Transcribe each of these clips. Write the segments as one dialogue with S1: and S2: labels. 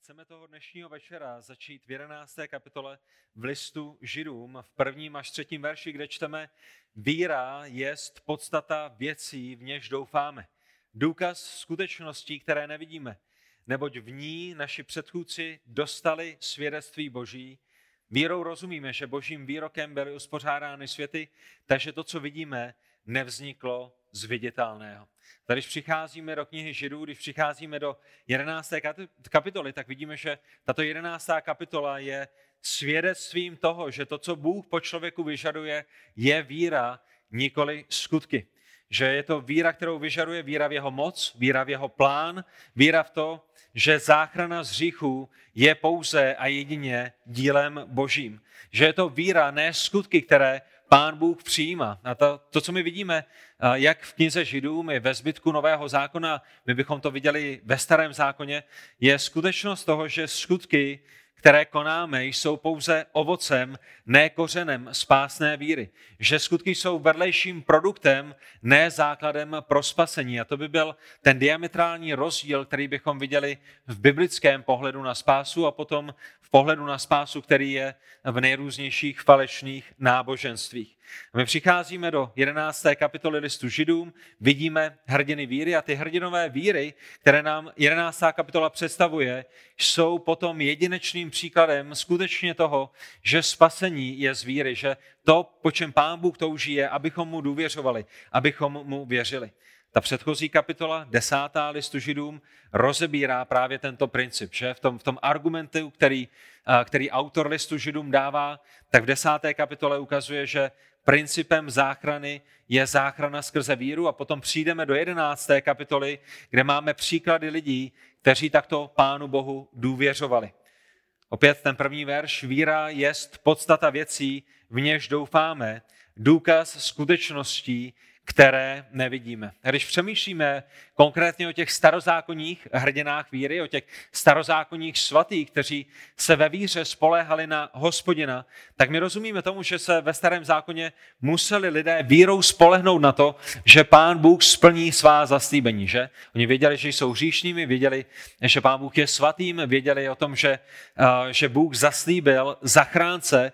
S1: Chceme toho dnešního večera začít v 11. kapitole v listu Židům v 1. až 3. verši, kde čteme: Víra jest podstata věcí, v něž doufáme. Důkaz skutečností, které nevidíme, neboť v ní naši předchůdci dostali svědectví Boží. Vírou rozumíme, že Božím výrokem byly uspořádány světy, takže to, co vidíme, nevzniklo z viditelného. Tady, když přicházíme do knihy Židů, když přicházíme do 11. kapitoly, tak vidíme, že tato 11. kapitola je svědectvím toho, že to, co Bůh po člověku vyžaduje, je víra, nikoli skutky. Že je to víra, kterou vyžaduje, víra v jeho moc, víra v jeho plán, víra v to, že záchrana z hříchů je pouze a jedině dílem Božím. Že je to víra, ne skutky, které Pán Bůh přijímá. A to, co my vidíme, jak v knize Židům, i ve zbytku Nového zákona, my bychom to viděli ve Starém zákoně, je skutečnost toho, že skutky, které konáme, jsou pouze ovocem, ne kořenem spásné víry. Že skutky jsou vedlejším produktem, ne základem pro spasení. A to by byl ten diametrální rozdíl, který bychom viděli v biblickém pohledu na spásu a potom v pohledu na spásu, který je v nejrůznějších falešných náboženstvích. My přicházíme do 11. kapitoly listu Židům, vidíme hrdiny víry a ty hrdinové víry, které nám 11. kapitola představuje, jsou potom jedinečným příkladem skutečně toho, že spasení je z víry, že to, po čem Pán Bůh touží, je, abychom mu důvěřovali, abychom mu věřili. Ta předchozí kapitola, 10. listu Židům, rozebírá právě tento princip, že v tom argumentu, který autor listu Židům dává, tak v 10. kapitole ukazuje, že principem záchrany je záchrana skrze víru a potom přijdeme do 11. kapitoly, kde máme příklady lidí, kteří takto Pánu Bohu důvěřovali. Opět ten první verš: víra jest podstata věcí, v něž doufáme, důkaz skutečností, které nevidíme. A když přemýšlíme konkrétně o těch starozákonních hrdinách víry, o těch starozákonních svatých, kteří se ve víře spoléhali na Hospodina, tak my rozumíme tomu, že se ve Starém zákoně museli lidé vírou spolehnout na to, že Pán Bůh splní svá zaslíbení. Že? Oni věděli, že jsou hříšnými, věděli, že Pán Bůh je svatým, věděli o tom, že Bůh zaslíbil zachránce,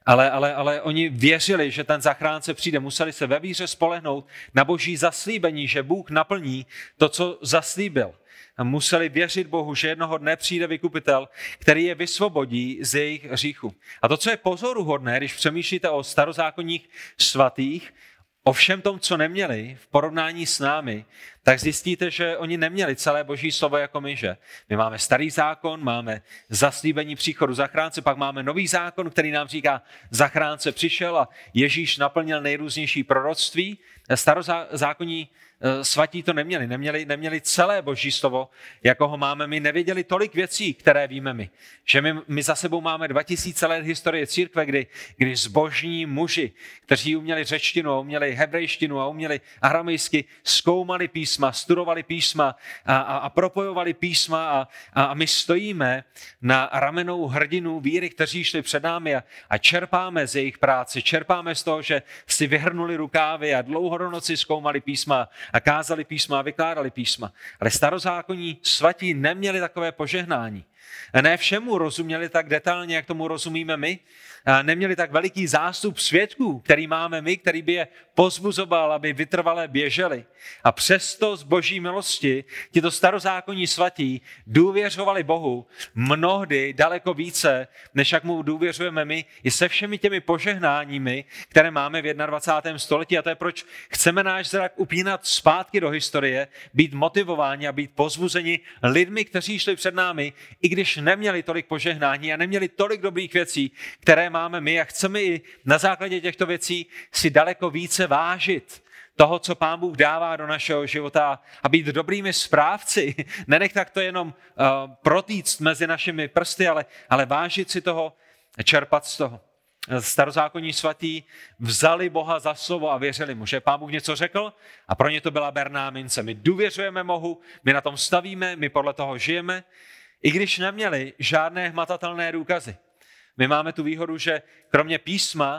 S1: ale oni věřili, že ten zachránce přijde. Museli se ve víře spolehnout na Boží zaslíbení, že Bůh naplní to, co zaslíbil. Museli věřit Bohu, že jednoho dne přijde vykupitel, který je vysvobodí z jejich hříchu. A to, co je pozoruhodné, když přemýšlíte o starozákonních svatých, o všem tom, co neměli v porovnání s námi, tak zjistíte, že oni neměli celé Boží slovo jako my, že? My máme starý zákon, máme zaslíbení příchodu zachránce, pak máme nový zákon, který nám říká, zachránce přišel a Ježíš naplnil nejrůznější proroctví. Starozákonní svatí to neměli celé Boží slovo, jako ho máme my, nevěděli tolik věcí, které víme my. Že my za sebou máme 2000 let historie církve, kdy zbožní muži, kteří uměli řečtinu a uměli hebrejštinu a uměli aramejsky, zkoumali písma, studovali písma a propojovali písma a my stojíme na ramenou hrdinů víry, kteří šli před námi a čerpáme z jejich práce, čerpáme z toho, že si vyhrnuli rukávy a dlouho do noci zkoumali písma a kázali písma a vykládali písma. Ale starozákonní svatí neměli takové požehnání. Ne všemu rozuměli tak detailně, jak tomu rozumíme my. Neměli tak veliký zástup svědků, který máme my, který by je pozbuzoval, aby vytrvale běželi. A přesto z Boží milosti tito starozákonní svatí důvěřovali Bohu mnohdy daleko více, než jak mu důvěřujeme my, i se všemi těmi požehnáními, které máme v 21. století. A to je, proč chceme náš zrak upínat zpátky do historie, být motivováni a být pozbuzeni lidmi, kteří šli před námi, i když neměli tolik požehnání a neměli tolik dobrých věcí, které máme my, a chceme i na základě těchto věcí si daleko více vážit toho, co Pán Bůh dává do našeho života a být dobrými správci. Nenechat to jenom protýct mezi našimi prsty, ale vážit si toho, čerpat z toho. Starozákonní svatí vzali Boha za slovo a věřili mu, že Pán Bůh něco řekl a pro ně to byla berná mince. My důvěřujeme Bohu, my na tom stavíme, my podle toho žijeme, i když neměli žádné hmatatelné důkazy. My máme tu výhodu, že kromě písma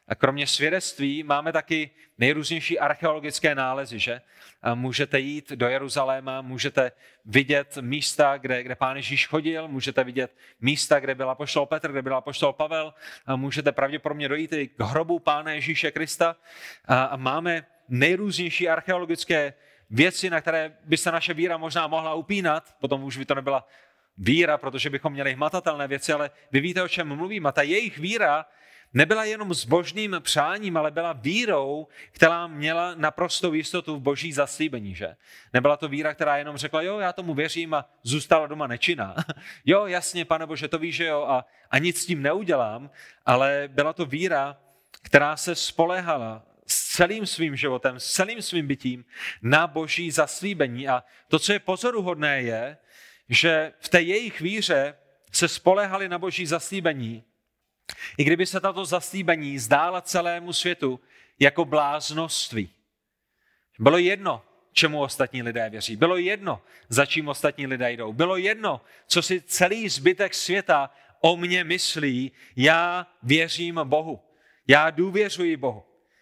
S1: A kromě svědectví máme taky nejrůznější archeologické nálezy, že? A můžete jít do Jeruzaléma, můžete vidět místa, kde Pán Ježíš chodil, můžete vidět místa, kde byl apoštol Petr, kde byl apoštol Pavel, a můžete pravděpodobně dojít i k hrobu Pána Ježíše Krista. A máme nejrůznější archeologické věci, na které by se naše víra možná mohla upínat, potom už by to nebyla víra, protože bychom měli hmatatelné věci, ale vy víte, o čem mluvím. A ta jejich víra nebyla jenom zbožným přáním, ale byla vírou, která měla naprostou jistotu v boží zaslíbení, že? Nebyla to víra, která jenom řekla, jo, já tomu věřím a zůstala doma nečinná. Jo, jasně, Pane Bože, to víš, že jo, a nic s tím neudělám, ale byla to víra, která se spoléhala s celým svým životem, s celým svým bytím na boží zaslíbení. A to, co je pozoruhodné, je, že v té jejich víře se spoléhali na boží zaslíbení, i kdyby se tato zaslíbení zdála celému světu jako bláznoství. Bylo jedno, čemu ostatní lidé věří. Bylo jedno, za čím ostatní lidé jdou. Bylo jedno, co si celý zbytek světa o mně myslí. Já věřím Bohu. Já důvěřuji Bohu.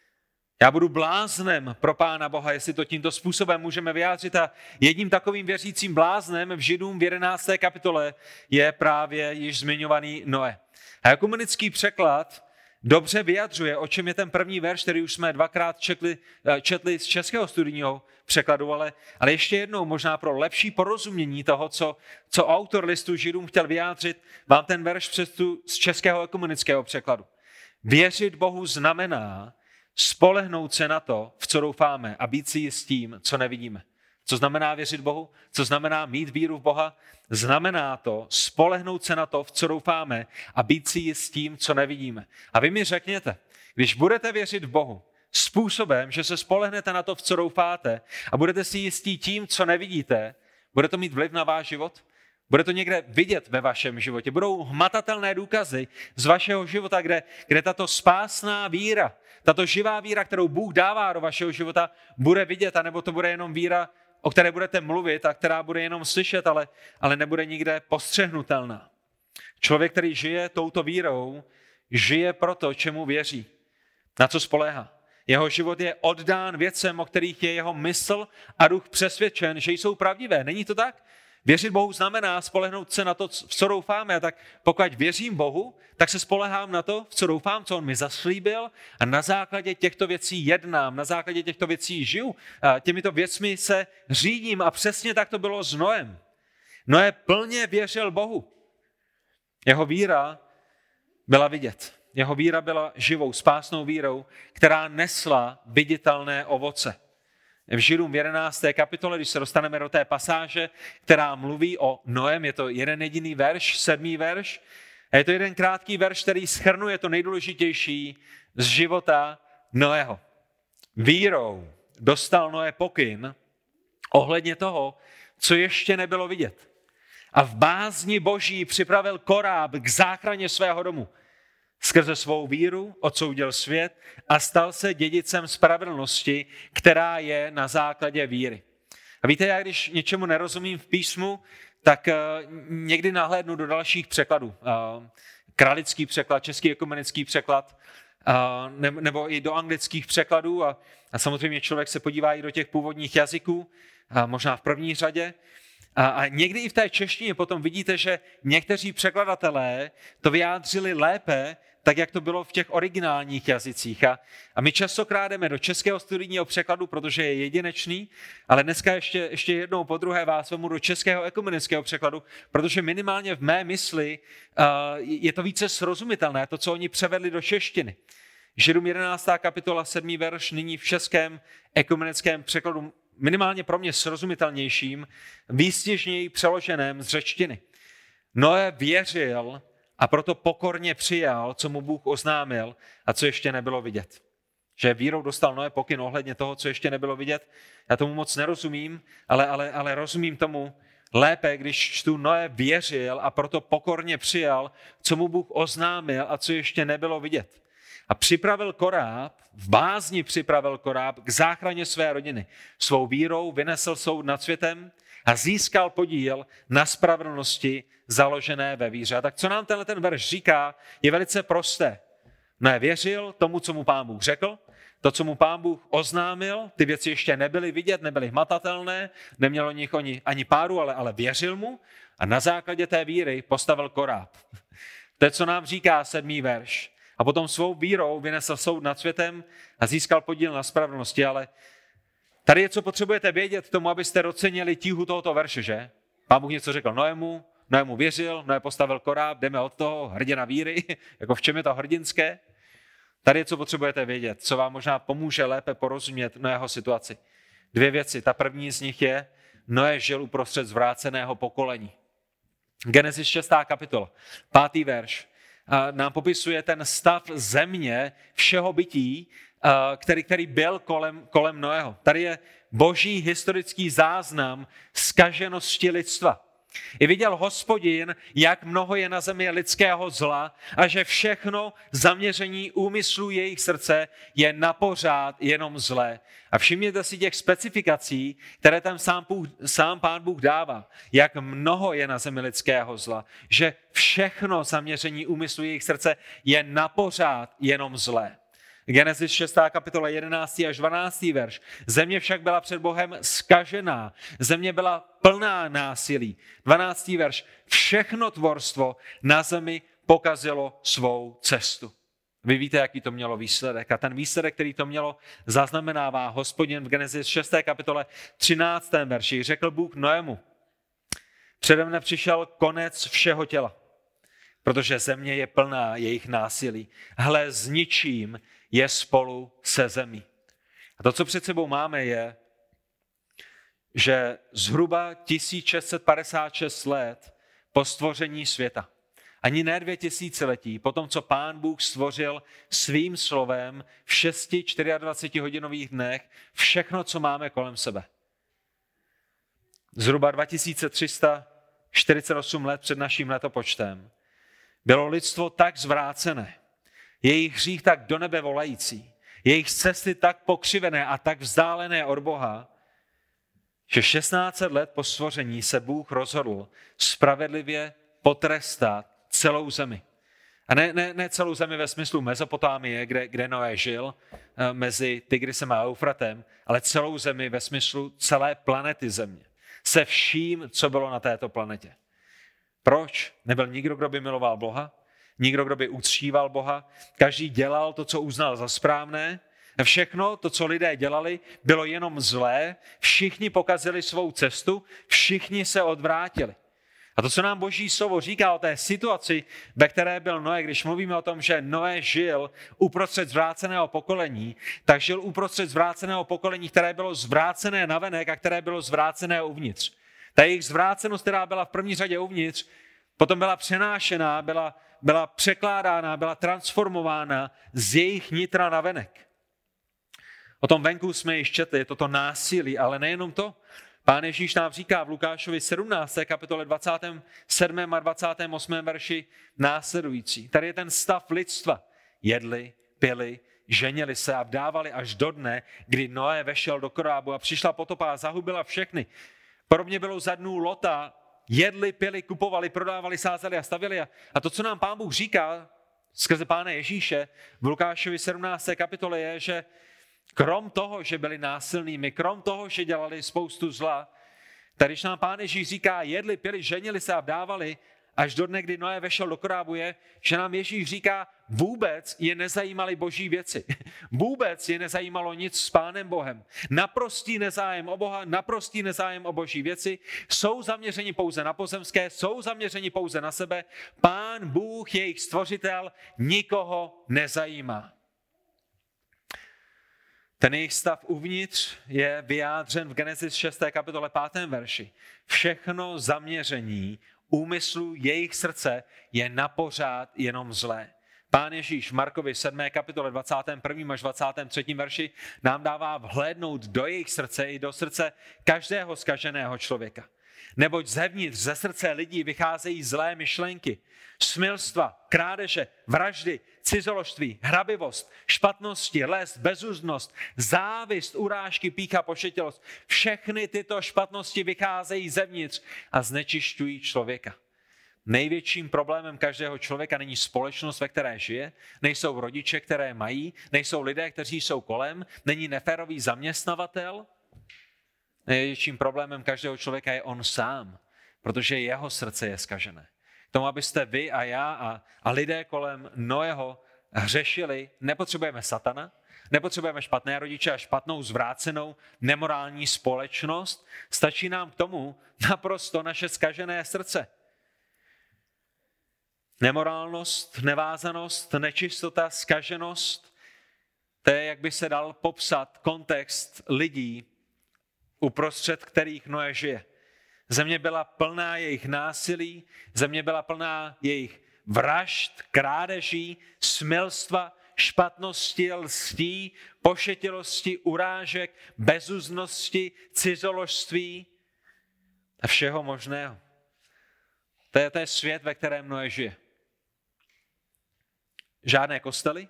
S1: Já budu bláznem pro Pána Boha, jestli to tímto způsobem můžeme vyjádřit. A jedním takovým věřícím bláznem v Židům v 11. kapitole je právě již zmiňovaný Noé. A ekumenický překlad dobře vyjadřuje, o čem je ten první verš, který už jsme dvakrát četli z českého studijního překladu, ale ještě jednou možná pro lepší porozumění toho, co autor listu Židům chtěl vyjádřit, vám ten verš přečtu z českého ekumenického překladu. Věřit Bohu znamená spolehnout se na to, v co doufáme, a být si jistým, co nevidíme. Co znamená věřit Bohu? Co znamená mít víru v Boha? Znamená to spolehnout se na to, v co doufáme, a být si jistým, co nevidíme. A vy mi řekněte, když budete věřit v Bohu způsobem, že se spolehnete na to, v co doufáte, a budete si jistí tím, co nevidíte, bude to mít vliv na váš život? Bude to někde vidět ve vašem životě? Budou hmatatelné důkazy z vašeho života, kde tato spásná víra, tato živá víra, kterou Bůh dává do vašeho života, bude vidět, anebo to bude jenom víra, o které budete mluvit a která bude jenom slyšet, ale nebude nikde postřehnutelná. Člověk, který žije touto vírou, žije proto, čemu věří, na co spoléhá. Jeho život je oddán věcem, o kterých je jeho mysl a duch přesvědčen, že jsou pravdivé. Není to tak? Věřit Bohu znamená spolehnout se na to, v co doufáme. A tak pokud věřím Bohu, tak se spolehám na to, v co doufám, co on mi zaslíbil, a na základě těchto věcí jednám, na základě těchto věcí žiju. A těmito věcmi se řídím, a přesně tak to bylo s Noem. Noé plně věřil Bohu. Jeho víra byla vidět. Jeho víra byla živou, spásnou vírou, která nesla viditelné ovoce. V Židům v 11. kapitole, když se dostaneme do té pasáže, která mluví o Noem, je to jeden jediný verš, 7. verš, a je to jeden krátký verš, který shrnuje to nejdůležitější z života Noého. Vírou dostal Noé pokyn ohledně toho, co ještě nebylo vidět. A v bázni Boží připravil koráb k záchraně svého domu. Skrze svou víru odsoudil svět a stal se dědicem spravedlnosti, která je na základě víry. A víte, já když něčemu nerozumím v písmu, tak někdy nahlédnu do dalších překladů. Kralický překlad, český ekumenický překlad, nebo i do anglických překladů. A samozřejmě člověk se podívá i do těch původních jazyků, možná v první řadě. A někdy i v té češtině potom vidíte, že někteří překladatelé to vyjádřili lépe, tak jak to bylo v těch originálních jazycích. A my častokrát jdeme do českého studijního překladu, protože je jedinečný, ale dneska ještě jednou po druhé vás vemu do českého ekumenického překladu, protože minimálně v mé mysli je to více srozumitelné, to, co oni převedli do češtiny. Židům 11. kapitola 7. verš nyní v českém ekumenickém překladu, minimálně pro mě srozumitelnějším, výstižněji přeloženém z řečtiny. Noé věřil a proto pokorně přijal, co mu Bůh oznámil a co ještě nebylo vidět. Že vírou dostal Noé pokyn ohledně toho, co ještě nebylo vidět. Já tomu moc nerozumím, ale rozumím tomu lépe, když čtu Noé věřil a proto pokorně přijal, co mu Bůh oznámil a co ještě nebylo vidět. A připravil koráb, v bázni připravil koráb k záchraně své rodiny. Svou vírou vynesl soud nad světem a získal podíl na spravedlnosti založené ve víře. A tak co nám ten verš říká, je velice prosté. Noé věřil tomu, co mu Pán Bůh řekl, to, co mu Pán Bůh oznámil, ty věci ještě nebyly vidět, nebyly hmatatelné, nemělo nich ani páru, ale věřil mu a na základě té víry postavil koráb. To je, co nám říká 7. verš. A potom svou vírou vynesl soud nad světem a získal podíl na spravedlnosti, ale tady je, co potřebujete vědět k tomu, abyste docenili tíhu tohoto verše, že? Pán Bůh něco řekl Noému věřil, Noé postavil koráb, jdeme od toho, hrdina víry, jako v čem je to hrdinské. Tady je, co potřebujete vědět, co vám možná pomůže lépe porozumět Noého situaci. 2 věci. Ta první z nich je, Noé žil uprostřed zvráceného pokolení. Genesis 6. kapitola, 5. verš, nám popisuje ten stav země, všeho bytí, který byl kolem Noého. Tady je boží historický záznam zkaženosti lidstva. I viděl Hospodin, jak mnoho je na zemi lidského zla a že všechno zaměření úmyslů jejich srdce je napořád jenom zlé. A všimněte si těch specifikací, které tam sám Pán Bůh dává. Jak mnoho je na zemi lidského zla. Že všechno zaměření úmyslů jejich srdce je napořád jenom zlé. Genesis 6. kapitola 11. až 12. verš. Země však byla před Bohem zkažená. Země byla plná násilí. 12. verš. Všechno tvorstvo na zemi pokazilo svou cestu. Vy víte, jaký to mělo výsledek. A ten výsledek, který to mělo, zaznamenává Hospodin v Genesis 6. kapitole 13. verši. Řekl Bůh Noému, přede mne přišel konec všeho těla, protože země je plná jejich násilí. Hle, zničím je spolu se zemí. A to, co před sebou máme, je, že zhruba 1656 let po stvoření světa, ani ne 2000letí, po tom, co Pán Bůh stvořil svým slovem v 6 24hodinových dnech všechno, co máme kolem sebe. Zhruba 2348 let před naším letopočtem bylo lidstvo tak zvrácené, jejich hřích tak do nebe volající, jejich cesty tak pokřivené a tak vzdálené od Boha, že 1600 let po stvoření se Bůh rozhodl spravedlivě potrestat celou zemi. A ne celou zemi ve smyslu Mezopotámie, kde Noé žil, mezi Tigrisem a Eufratem, ale celou zemi ve smyslu celé planety Země. Se vším, co bylo na této planetě. Proč? Nebyl nikdo, kdo by miloval Boha, nikdo, kdo by uctíval Boha, každý dělal to, co uznal za správné. Všechno to, co lidé dělali, bylo jenom zlé, všichni pokazili svou cestu, všichni se odvrátili. A to, co nám Boží slovo říká o té situaci, ve které byl Noé, když mluvíme o tom, že Noé žil uprostřed zvráceného pokolení, tak žil uprostřed zvráceného pokolení, které bylo zvrácené navenek a které bylo zvrácené uvnitř. Ta jejich zvrácenost, která byla v první řadě uvnitř, potom byla přenášená, byla překládána, byla transformována z jejich nitra navenek. O tom venku jsme již četli, je toto násilí, ale nejenom to. Pán Ježíš nám říká v Lukášovi 17. kapitole 27. a 28. verši následující. Tady je ten stav lidstva. Jedli, pili, ženili se a vdávali až do dne, kdy Noé vešel do korábu a přišla potopa a zahubila všechny. Podobně bylo za dnů Lota, jedli, pili, kupovali, prodávali, sázeli a stavili. A to, co nám Pán Bůh říká skrze Pána Ježíše v Lukášovi 17. kapitole je, že krom toho, že byli násilnými, krom toho, že dělali spoustu zla, tady když nám Pán Ježíš říká, jedli, pili, ženili se a vdávali, až do dne, kdy Noé vešel do korábu, je, že nám Ježíš říká, vůbec je nezajímaly boží věci. Vůbec je nezajímalo nic s Pánem Bohem. Naprostý nezájem o Boha, naprostý nezájem o boží věci, jsou zaměřeni pouze na pozemské, jsou zaměřeni pouze na sebe. Pán Bůh, jejich stvořitel, nikoho nezajímá. Ten jejich stav uvnitř je vyjádřen v Genesis 6. kapitole 5. verši. Všechno zaměření úmyslu jejich srdce je napořád jenom zlé. Pán Ježíš v Markovi 7. kapitole 21. až 23. verši nám dává vhlédnout do jejich srdce i do srdce každého zkaženého člověka. Neboť zevnitř, ze srdce lidí vycházejí zlé myšlenky, smilstva, krádeže, vraždy, cizoložství, hrabivost, špatnosti, lest, bezúznost, závist, urážky, pýcha, pošetělost. Všechny tyto špatnosti vycházejí zevnitř a znečišťují člověka. Největším problémem každého člověka není společnost, ve které žije, nejsou rodiče, které mají, nejsou lidé, kteří jsou kolem, není neférový zaměstnavatel. Největším problémem každého člověka je on sám, protože jeho srdce je zkažené. K tomu, abyste vy a já a lidé kolem Noého hřešili, nepotřebujeme satana, nepotřebujeme špatné rodiče a špatnou zvrácenou nemorální společnost. Stačí nám k tomu naprosto naše zkažené srdce. Nemorálnost, nevázanost, nečistota, zkaženost, to je, jak by se dal popsat kontext lidí, uprostřed kterých Noé žije. Země byla plná jejich násilí, země byla plná jejich vražd, krádeží, smilstva, špatnosti, lstí, pošetilosti, urážek, bezúznosti, cizoložství a všeho možného. To je svět, ve kterém Noé žije. Žádné kostely,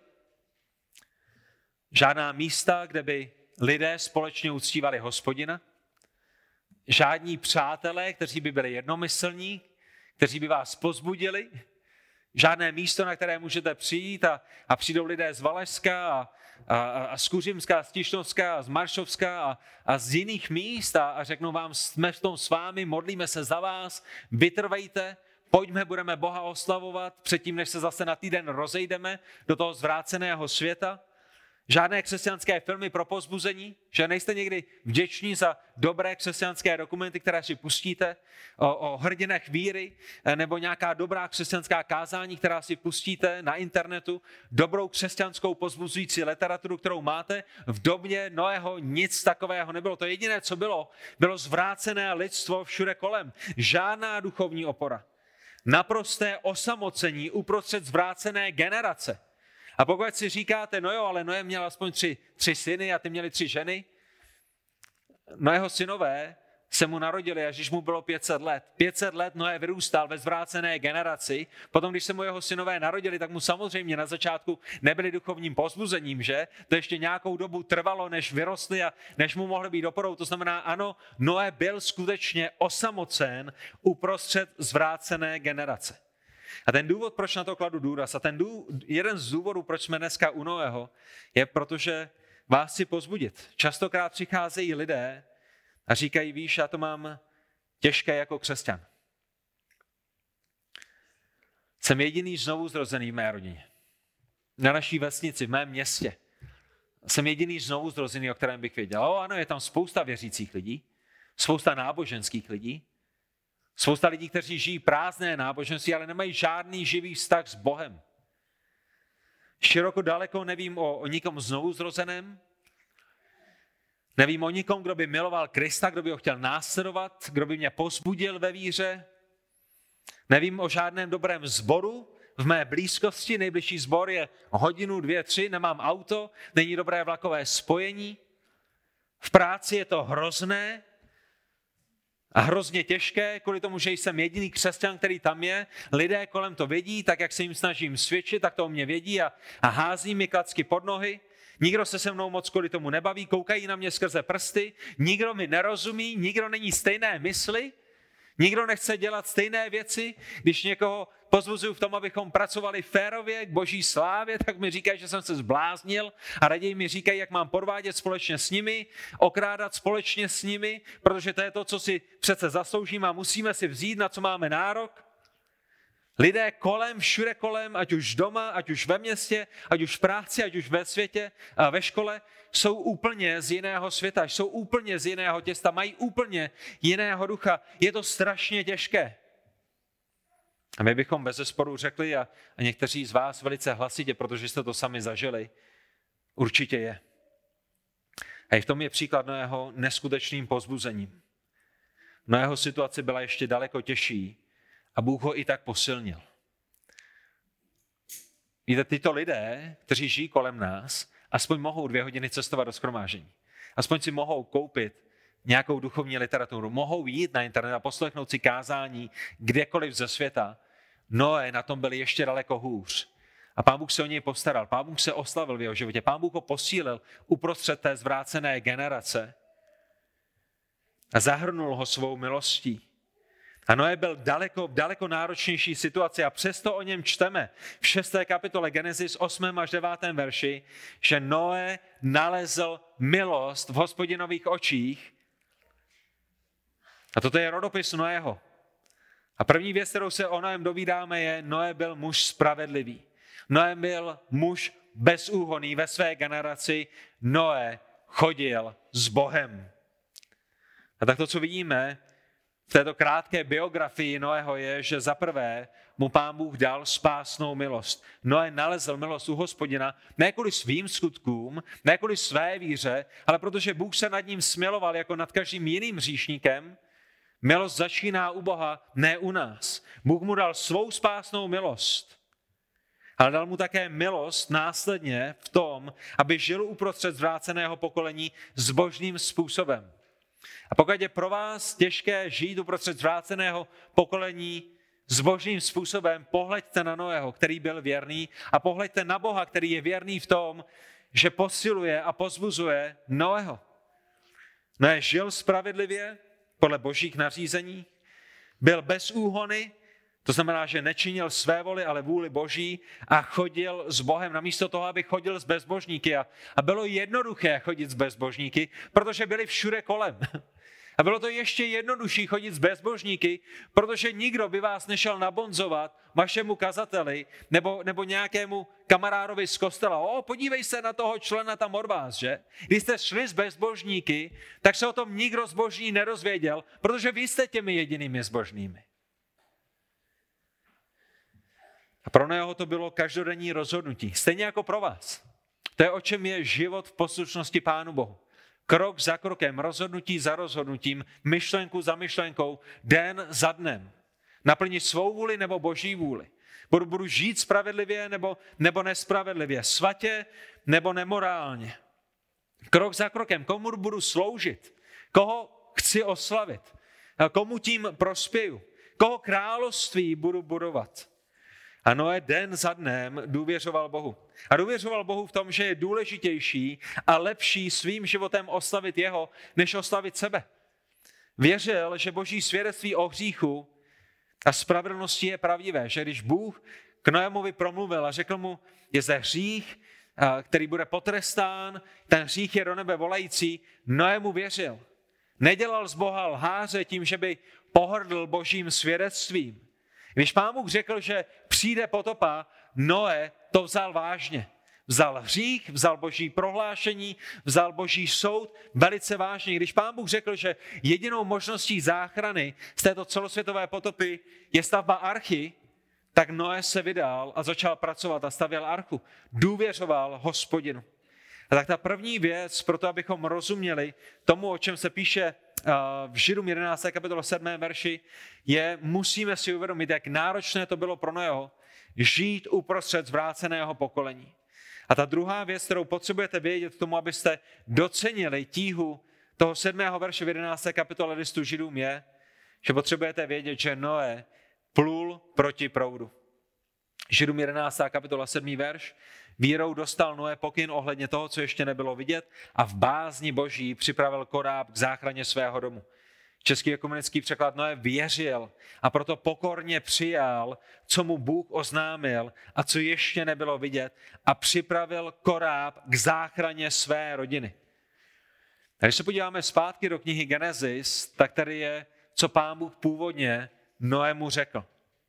S1: žádná místa, kde by lidé společně uctívali Hospodina, žádní přátelé, kteří by byli jednomyslní, kteří by vás povzbudili, žádné místo, na které můžete přijít a přijdou lidé z Valašska a z Kuřimska, z Tišnovska, z Maršovska a z jiných míst a řeknou vám, jsme v tom s vámi, modlíme se za vás, vytrvejte, pojďme, budeme Boha oslavovat předtím, než se zase na týden rozejdeme do toho zvráceného světa. Žádné křesťanské filmy pro povzbuzení, že nejste někdy vděční za dobré křesťanské dokumenty, které si pustíte o hrdinech víry, nebo nějaká dobrá křesťanská kázání, která si pustíte na internetu, dobrou křesťanskou povzbuzující literaturu, kterou máte. V době Noého nic takového nebylo. To jediné, co bylo zvrácené lidstvo všude kolem. Žádná duchovní opora. Naprosté osamocení uprostřed zvrácené generace. A pokud si říkáte, no jo, ale Noé měl aspoň tři syny a ty měli 3 ženy, Noého synové se mu narodili, až když mu bylo 500 let. 500 let Noé vyrůstal ve zvrácené generaci. Potom, když se mu jeho synové narodili, tak mu samozřejmě na začátku nebyli duchovním povzbuzením, že? To ještě nějakou dobu trvalo, než vyrostli a než mu mohli být oporou. To znamená, ano, Noé byl skutečně osamocen uprostřed zvrácené generace. A ten důvod, proč na to kladu důraz, a jeden z důvodů, proč jsme dneska u Noého, je protože vás chci povzbudit. Častokrát přicházejí lidé a říkají, víš, já to mám těžké jako křesťan. Jsem jediný znovu zrozený v mé rodině. Na naší vesnici, v mém městě. Jsem jediný znovu zrozený, o kterém bych věděl. Ano, je tam spousta věřících lidí, spousta náboženských lidí, spousta lidí, kteří žijí prázdné náboženství, ale nemají žádný živý vztah s Bohem. Široko daleko nevím o nikom znovuzrozeném, nevím o nikom, kdo by miloval Krista, kdo by ho chtěl následovat, kdo by mě povzbudil ve víře. Nevím o žádném dobrém sboru v mé blízkosti, nejbližší sbor je 1, 2, 3, nemám auto, není dobré vlakové spojení. V práci je to hrozné, a hrozně těžké, kvůli tomu, že jsem jediný křesťan, který tam je. Lidé kolem to vědí, tak jak se jim snažím svědčit, tak to o mě vědí a hází mi klacky pod nohy. Nikdo se mnou moc kvůli tomu nebaví, koukají na mě skrze prsty, nikdo mi nerozumí, nikdo není stejné mysli, nikdo nechce dělat stejné věci. Když někoho pozvuzuju v tom, abychom pracovali férově k Boží slávě, tak mi říkají, že jsem se zbláznil a raději mi říkají, jak mám podvádět společně s nimi, okrádat společně s nimi, protože to je to, co si přece zasloužíme a musíme si vzít, na co máme nárok. Lidé kolem, všude kolem, ať už doma, ať už ve městě, ať už v práci, ať už ve světě a ve škole, jsou úplně z jiného světa, jsou úplně z jiného těsta, mají úplně jiného ducha. Je to strašně těžké. A my bychom bezesporu řekli, a někteří z vás velice hlasitě, protože jste to sami zažili, určitě je. A i v tom je příklad Noého neskutečným povzbuzením. Noého situace byla ještě daleko těžší a Bůh ho i tak posilnil. Víte, tyto lidé, kteří žijí kolem nás, aspoň mohou 2 hodiny cestovat do shromáždění. Aspoň si mohou koupit nějakou duchovní literaturu, mohou jít na internet a poslechnout si kázání kdekoliv ze světa. Noé na tom byl ještě daleko hůř. A Pán Bůh se o něj postaral, Pán Bůh se oslavil v jeho životě, Pán Bůh ho posílil uprostřed té zvrácené generace a zahrnul ho svou milostí. A Noé byl daleko náročnější situaci a přesto o něm čteme v 6. kapitole Genesis 8. až 9. verši, že Noé nalezl milost v Hospodinových očích. A toto je rodopis Noého. A první věc, kterou se o Noém dovídáme, je, Noé byl muž spravedlivý. Noé byl muž bezúhonný ve své generaci. Noé chodil s Bohem. A tak to, co vidíme v této krátké biografii Noého, je, že za prvé mu Pán Bůh dal spásnou milost. Noé nalezl milost u Hospodina ne kvůli svým skutkům, ne kvůli své víře, ale protože Bůh se nad ním smiloval jako nad každým jiným hříšníkem. Milost začíná u Boha, ne u nás. Bůh mu dal svou spásnou milost, ale dal mu také milost následně v tom, aby žil uprostřed zvráceného pokolení zbožným způsobem. A pokud je pro vás těžké žít uprostřed zvráceného pokolení zbožným způsobem, pohleďte na Noého, který byl věrný, a pohleďte na Boha, který je věrný v tom, že posiluje a pozbuzuje Noého. Noé žil spravedlivě podle božích nařízení, byl bez úhony, to znamená, že nečinil své voli, ale vůli boží, a chodil s Bohem namísto toho, aby chodil s bezbožníky. A bylo jednoduché chodit s bezbožníky, protože byli všude kolem. A bylo to ještě jednodušší chodit s bezbožníky, protože nikdo by vás nešel nabonzovat vašemu kazateli nebo nějakému kamarádovi z kostela. Podívej se na toho člena tam od vás, že? Když jste šli s bezbožníky, tak se o tom nikdo zbožný nerozvěděl, protože vy jste těmi jedinými zbožnými. A pro něho to bylo každodenní rozhodnutí, stejně jako pro vás. To je, o čem je život v poslušnosti Pánu Bohu. Krok za krokem, rozhodnutí za rozhodnutím, myšlenku za myšlenkou, den za dnem. Naplnit svou vůli nebo boží vůli. Budu žít spravedlivě nebo nespravedlivě, svatě nebo nemorálně. Krok za krokem, komu budu sloužit, koho chci oslavit, komu tím prospěju, koho království budu budovat. A Noé den za dnem důvěřoval Bohu. A důvěřoval Bohu v tom, že je důležitější a lepší svým životem oslavit jeho, než oslavit sebe. Věřil, že boží svědectví o hříchu a spravedlnosti je pravdivé, že když Bůh k Noémovi promluvil a řekl mu, je zde hřích, který bude potrestán, ten hřích je do nebe volající, Noému věřil. Nedělal z Boha lháře tím, že by pohrdl božím svědectvím. Když Pán Bůh řekl, že přijde potopa, Noé to vzal vážně. Vzal hřích, vzal boží prohlášení, vzal boží soud velice vážně. Když Pán Bůh řekl, že jedinou možností záchrany z této celosvětové potopy je stavba archy, tak Noé se vydal a začal pracovat a stavěl archu. Důvěřoval Hospodinu. A tak ta první věc, proto abychom rozuměli tomu, o čem se píše v Židům 11. kapitole 7. verši, je, musíme si uvědomit, jak náročné to bylo pro Noého žít uprostřed zvráceného pokolení. A ta druhá věc, kterou potřebujete vědět k tomu, abyste docenili tíhu toho 7. verše v 11. kapitole listu Židům, je, že potřebujete vědět, že Noé plul proti proudu. Židům 11. kapitola 7. verš. Vírou dostal Noé pokyn ohledně toho, co ještě nebylo vidět, a v bázni boží připravil koráb k záchraně svého domu. Český ekumenický překlad: Noé věřil a proto pokorně přijal, co mu Bůh oznámil a co ještě nebylo vidět, a připravil koráb k záchraně své rodiny. A když se podíváme zpátky do knihy Genesis, tak tady je, co Pán Bůh původně Noému řekl.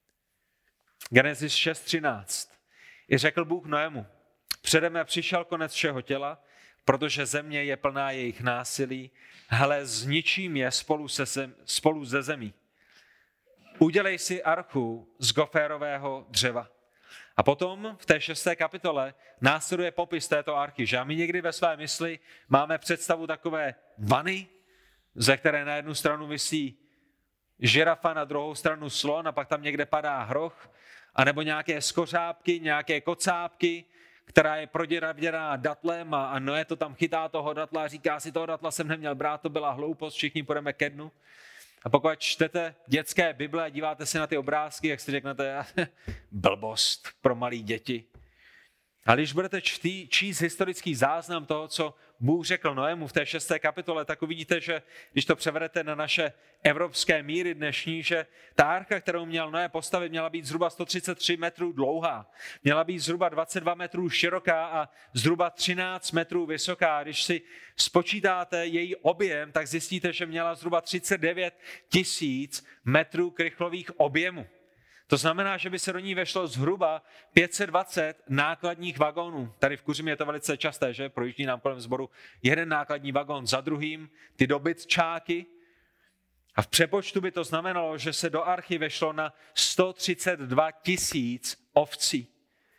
S1: Genesis 6.13. I řekl Bůh Noému: přede mne přišel konec všeho těla, protože země je plná jejich násilí. Hele, zničím je spolu ze zemí. Udělej si archu z goférového dřeva. A potom v té 6. kapitole následuje popis této archy, že my někdy ve své mysli máme představu takové vany, ze které na jednu stranu visí žirafa, na druhou stranu slon, a pak tam někde padá hroch, anebo nějaké skořápky, nějaké kocápky, která je proděravěná datlem, a Noé to tam chytá toho datla a říká si, toho datla jsem neměl brát, to byla hloupost, všichni půjdeme ke dnu. A pokud čtete dětské Bible a díváte se na ty obrázky, jak si řeknete, blbost pro malé děti. A když budete číst historický záznam toho, co Bůh řekl Noému v té 6. kapitole, tak uvidíte, že když to převedete na naše evropské míry dnešní, že ta archa, kterou měl Noé postavit, měla být zhruba 133 metrů dlouhá. Měla být zhruba 22 metrů široká a zhruba 13 metrů vysoká. Když si spočítáte její objem, tak zjistíte, že měla zhruba 39 000 metrů krychlových objemů. To znamená, že by se do ní vešlo zhruba 520 nákladních vagónů. Tady v Kuřimě je to velice časté, že? Projíždí nám kolem sboru jeden nákladní vagón za druhým, ty dobytčáky. A v přepočtu by to znamenalo, že se do archy vešlo na 132 000 ovcí.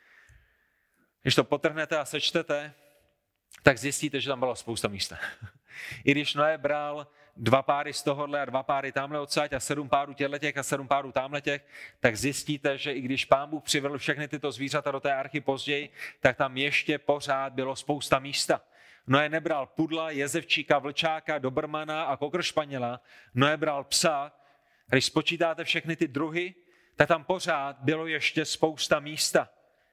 S1: Když to potrhnete a sečtete, tak zjistíte, že tam bylo spousta místa. I když Noé bral 2 páry z tohohle a 2 páry tamhle odsaď a 7 párů těchhletěch a 7 párů tamhletěch, tak zjistíte, že i když Pán Bůh přivedl všechny tyto zvířata do té archy později, tak tam ještě pořád bylo spousta místa. Noé nebral pudla, jezevčíka, vlčáka, dobrmana a kokršpaněla. Noé bral psa. Když spočítáte všechny ty druhy, tak tam pořád bylo ještě spousta místa.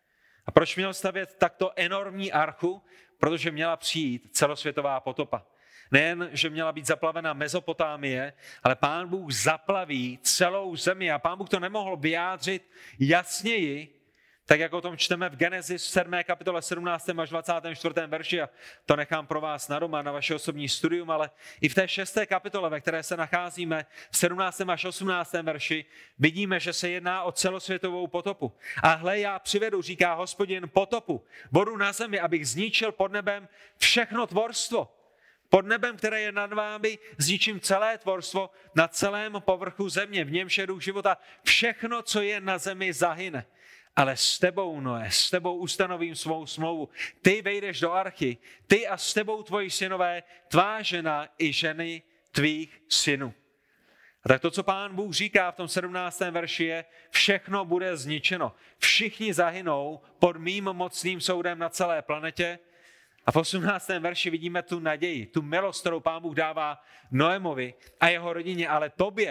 S1: A proč měl stavět takto enormní archu? Protože měla přijít celosvětová potopa. Nejen, že měla být zaplavena Mezopotámie, ale Pán Bůh zaplaví celou zemi a Pán Bůh to nemohl vyjádřit jasněji, tak jak o tom čteme v Genesis 7. kapitole 17. až 24. verši a to nechám pro vás na doma, na vaše osobní studium, ale i v té 6. kapitole, ve které se nacházíme v 17. až 18. verši, vidíme, že se jedná o celosvětovou potopu. A hle, já přivedu, říká Hospodin, potopu, vodu na zemi, abych zničil pod nebem všechno tvorstvo. Pod nebem, které je nad vámi, zničím celé tvorstvo na celém povrchu země, v němž je duch života. Všechno, co je na zemi, zahyne. Ale s tebou, Noé, s tebou ustanovím svou smlouvu. Ty vejdeš do archy, ty a s tebou tvoji synové, tvá žena i ženy tvých synů. A tak to, co Pán Bůh říká v tom 17. verši je, všechno bude zničeno. Všichni zahynou pod mým mocným soudem na celé planetě. A v 18. verši vidíme tu naději, tu milost, kterou Pán Bůh dává Noémovi a jeho rodině, ale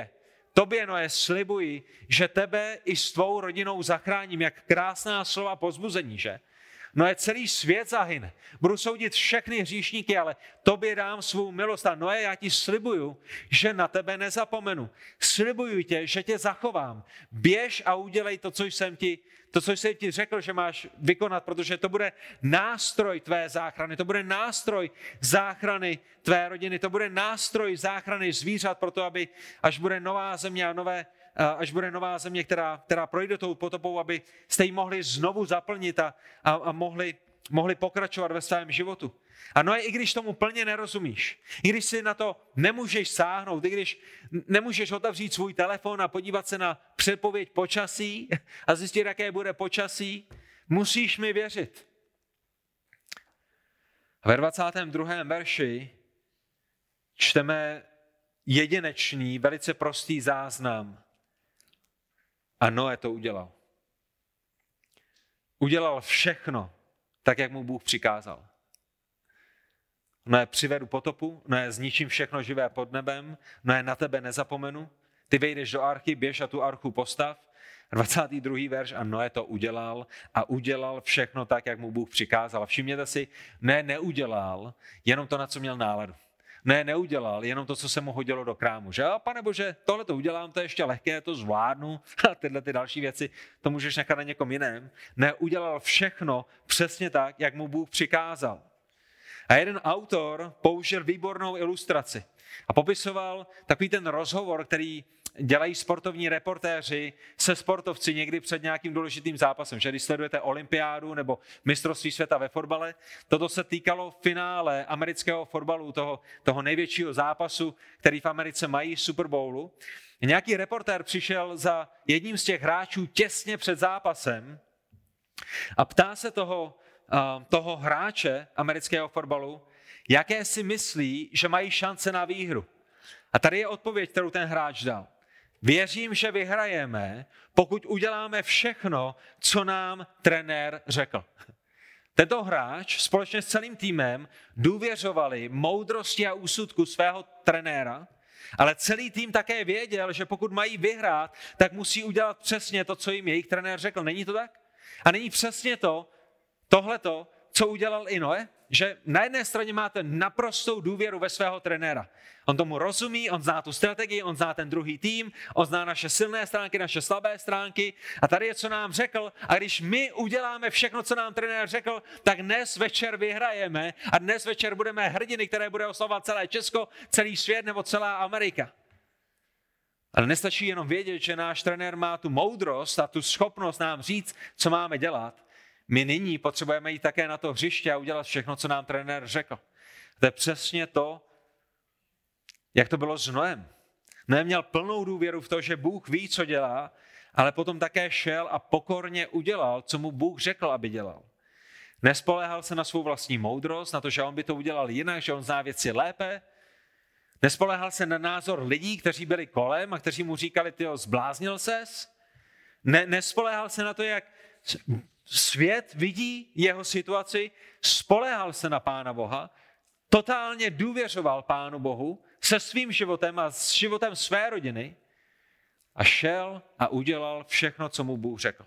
S1: tobě, Noé, slibuji, že tebe i s tvou rodinou zachráním. Jak krásná slova povzbuzení, že? Noé, celý svět zahyne. Budu soudit všechny hříšníky, ale tobě dám svou milost. A Noé, já ti slibuju, že na tebe nezapomenu. Slibuju tě, že tě zachovám. Běž a udělej to, co jsem ti řekl, že máš vykonat, protože to bude nástroj tvé záchrany, to bude nástroj záchrany tvé rodiny, to bude nástroj záchrany zvířat, proto aby až bude nová země, která projde tou potopou, aby jste ji mohli znovu zaplnit a mohli pokračovat ve svém životu. A no, i když tomu plně nerozumíš, i když si na to nemůžeš sáhnout, i když nemůžeš otevřít svůj telefon a podívat se na předpověď počasí a zjistit, jaké bude počasí, musíš mi věřit. A ve 22. verši čteme jedinečný, velice prostý záznam. A Noé to udělal. Udělal všechno, tak, jak mu Bůh přikázal. Noé, přivedu potopu, Noé, zničím všechno živé pod nebem, Noé, na tebe nezapomenu, ty vejdeš do archy, běž a tu archu postav. 22. verš a Noé to udělal a udělal všechno tak, jak mu Bůh přikázal. A všimněte si, Noé neudělal jenom to, na co měl náladu. Noé neudělal jenom to, co se mu hodilo do krámu. Že jo, Pane Bože, tohle to udělám, to je ještě lehké, to zvládnu a tyhle ty další věci, to můžeš nechat na někom jiném. Noé udělal všechno přesně tak, jak mu Bůh přikázal. A jeden autor použil výbornou ilustraci a popisoval takový ten rozhovor, který dělají sportovní reportéři se sportovci někdy před nějakým důležitým zápasem. Že když sledujete olympiádu nebo mistrovství světa ve fotbale, toto se týkalo finále amerického fotbalu, toho největšího zápasu, který v Americe mají, Super Bowlu. Nějaký reportér přišel za jedním z těch hráčů těsně před zápasem a ptá se toho hráče amerického fotbalu, jaké si myslí, že mají šance na výhru. A tady je odpověď, kterou ten hráč dal. Věřím, že vyhrajeme, pokud uděláme všechno, co nám trenér řekl. Tento hráč společně s celým týmem důvěřovali moudrosti a úsudku svého trenéra, ale celý tým také věděl, že pokud mají vyhrát, tak musí udělat přesně to, co jim jejich trenér řekl. Není to tak? A není přesně to, tohleto, co udělal i Noé, že na jedné straně máte naprostou důvěru ve svého trenéra. On tomu rozumí, on zná tu strategii, on zná ten druhý tým, on zná naše silné stránky, naše slabé stránky a tady je, co nám řekl. A když my uděláme všechno, co nám trenér řekl, tak dnes večer vyhrajeme a dnes večer budeme hrdiny, které bude oslavovat celé Česko, celý svět nebo celá Amerika. Ale nestačí jenom vědět, že náš trenér má tu moudrost a tu schopnost nám říct, co máme dělat. My nyní potřebujeme jít také na to hřiště a udělat všechno, co nám trenér řekl. To je přesně to, jak to bylo s Noem. Noé měl plnou důvěru v to, že Bůh ví, co dělá, ale potom také šel a pokorně udělal, co mu Bůh řekl, aby dělal. Nespoléhal se na svou vlastní moudrost, na to, že on by to udělal jinak, že on zná věci lépe. Nespoléhal se na názor lidí, kteří byli kolem a kteří mu říkali, tyjo, zbláznil ses. Nespoléhal se na to, jak svět vidí jeho situaci, spoléhal se na Pána Boha, totálně důvěřoval Pánu Bohu se svým životem a s životem své rodiny a šel a udělal všechno, co mu Bůh řekl.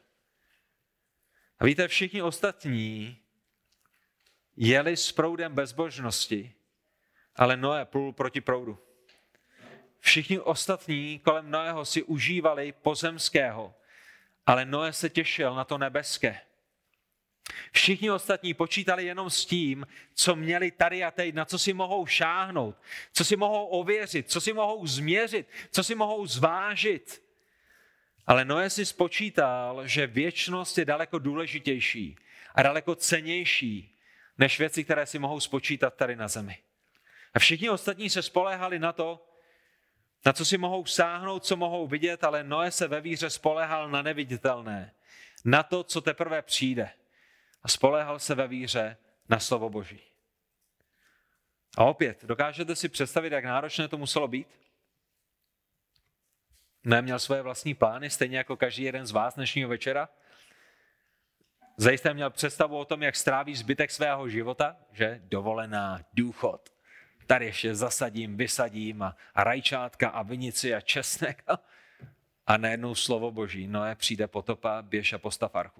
S1: A víte, všichni ostatní jeli s proudem bezbožnosti, ale Noé plul proti proudu. Všichni ostatní kolem Noého si užívali pozemského, ale Noé se těšil na to nebeské. Všichni ostatní počítali jenom s tím, co měli tady a teď, na co si mohou šáhnout, co si mohou ověřit, co si mohou změřit, co si mohou zvážit. Ale Noé si spočítal, že věčnost je daleko důležitější a daleko cennější, než věci, které si mohou spočítat tady na zemi. A všichni ostatní se spoléhali na to, na co si mohou sáhnout, co mohou vidět, ale Noé se ve víře spoléhal na neviditelné, na to, co teprve přijde. A spoléhal se ve víře na slovo Boží. A opět, dokážete si představit, jak náročné to muselo být? Noé měl svoje vlastní plány, stejně jako každý jeden z vás dnešního večera. Zajisté měl představu o tom, jak stráví zbytek svého života, že dovolená, důchod. Tady ještě zasadím, vysadím a rajčátka a vinici a česnek. A najednou slovo Boží, Noé, přijde potopa, běž a postav archu.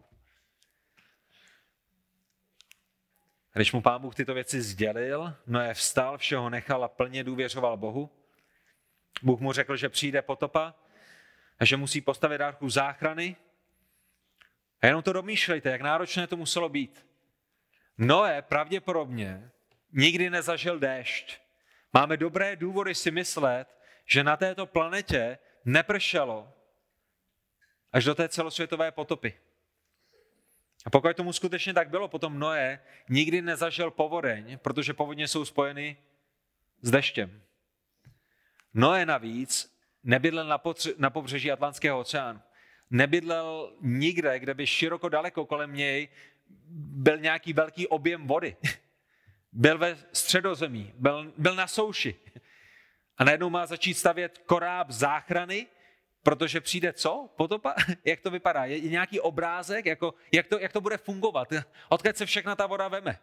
S1: Když mu Pán Bůh tyto věci sdělil, Noé vstal, všeho nechal a plně důvěřoval Bohu. Bůh mu řekl, že přijde potopa a že musí postavit archu záchrany. A jenom to domýšlejte, jak náročné to muselo být. Noé pravděpodobně nikdy nezažil déšť. Máme dobré důvody si myslet, že na této planetě nepršelo až do té celosvětové potopy. A pokud tomu skutečně tak bylo, potom Noé nikdy nezažil povodeň, protože povodně jsou spojeny s deštěm. Noé navíc nebydlel na pobřeží Atlantského oceánu. Nebydlel nikde, kde by široko daleko kolem něj byl nějaký velký objem vody. Byl ve středozemí, byl na souši. A najednou má začít stavět koráb záchrany, protože přijde co? Potopa? Jak to vypadá? Je nějaký obrázek? Jak to bude fungovat? Odkud se všechna ta voda veme?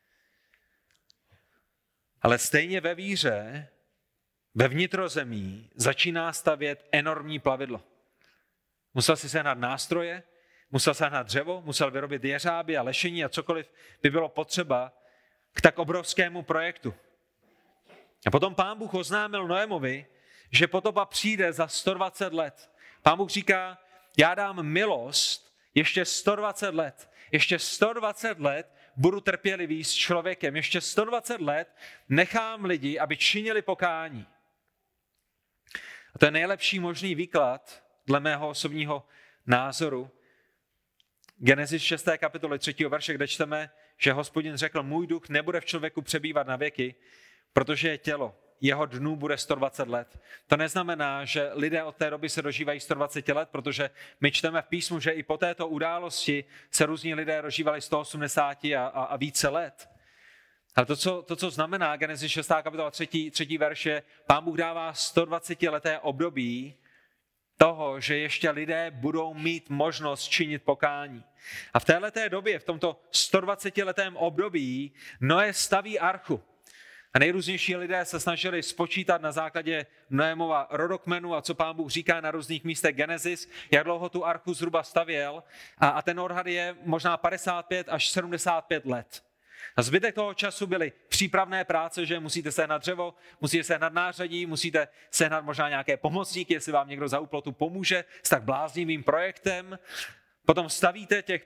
S1: Ale stejně ve víře, ve vnitrozemí, začíná stavět enormní plavidlo. Musel si sehnat nástroje, musel sehnat dřevo, musel vyrobit jeřáby a lešení a cokoliv by bylo potřeba k tak obrovskému projektu. A potom Pán Bůh oznámil Noémovi, že potopa přijde za 120 let. Pán Bůh říká, já dám milost ještě 120 let. Ještě 120 let budu trpělivý s člověkem. Ještě 120 let nechám lidi, aby činili pokání. A to je nejlepší možný výklad, dle mého osobního názoru. Genesis 6. kapitoly 3. verše, kde čteme, že Hospodin řekl, můj duch nebude v člověku přebývat na věky, protože je tělo. Jeho dnů bude 120 let. To neznamená, že lidé od té doby se dožívají 120 let, protože my čteme v písmu, že i po této události se různí lidé dožívali 180 a více let. Ale to, co znamená Genesis 6. kapitola 3. verše, Pán Bůh dává 120-leté období toho, že ještě lidé budou mít možnost činit pokání. A v téhleté době, v tomto 120-letém období, Noé staví archu. A nejrůznější lidé se snažili spočítat na základě Noémova rodokmenu a co Pán Bůh říká na různých místech Genesis, jak dlouho tu archu zhruba stavěl. A ten odhad je možná 55 až 75 let. A zbytek toho času byly přípravné práce, že musíte sehnat dřevo, musíte sehnat nářadí, musíte sehnat možná nějaké pomocníky, jestli vám někdo za úplatu pomůže s tak bláznivým projektem. Potom stavíte těch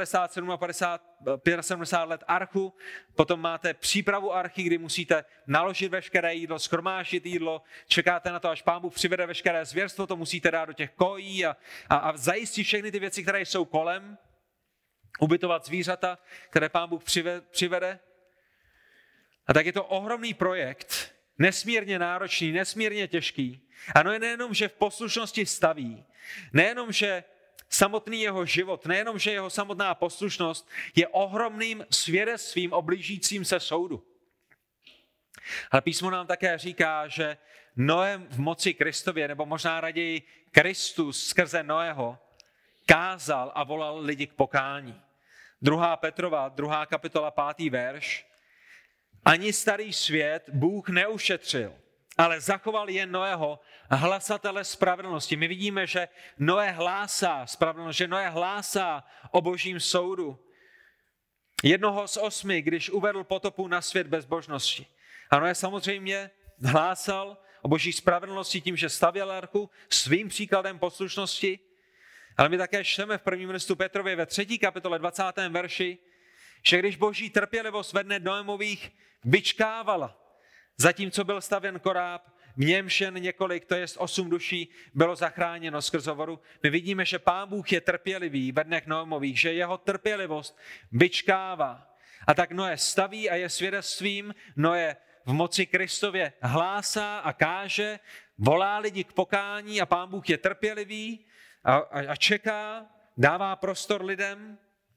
S1: 75 let archu, potom máte přípravu archy, kdy musíte naložit veškeré jídlo, shromáždit jídlo, čekáte na to, až Pán Bůh přivede veškeré zvěrstvo, to musíte dát do těch kojí a zajistit všechny ty věci, které jsou kolem, ubytovat zvířata, které Pán Bůh přivede. A tak je to ohromný projekt, nesmírně náročný, nesmírně těžký. Ano, je nejenom, že v poslušnosti staví, nejenom, že samotný jeho život, nejenom, že jeho samotná poslušnost je ohromným svědectvím o blížícím se soudu. Ale písmo nám také říká, že Noé v moci Kristově, nebo možná raději Kristus skrze Noého, kázal a volal lidi k pokání. 2. Petrova, 2. kapitola, 5. verš. Ani starý svět Bůh neušetřil, ale zachoval jen Noého, hlasatele spravedlnosti. My vidíme, že Noé hlásá spravedlnost, že Noé hlásá o božím soudu. Jednoho z 8, když uvedl potopu na svět bezbožnosti. A Noé samozřejmě hlásal o boží spravedlnosti tím, že stavěl archu svým příkladem poslušnosti. Ale my také čteme v 1. listu Petrově ve 3. kapitole 20. verši, že když boží trpělivost ve dne Noémových vyčkávala, zatímco byl stavěn koráb, v němž jen několik, to jest 8 duší, bylo zachráněno skrze vodu. My vidíme, že Pán Bůh je trpělivý ve dnech Noémových, že jeho trpělivost vyčkává. A tak Noé staví a je svědectvím, Noé v moci Kristově hlásá a káže, volá lidi k pokání a Pán Bůh je trpělivý a čeká, dává prostor lidem.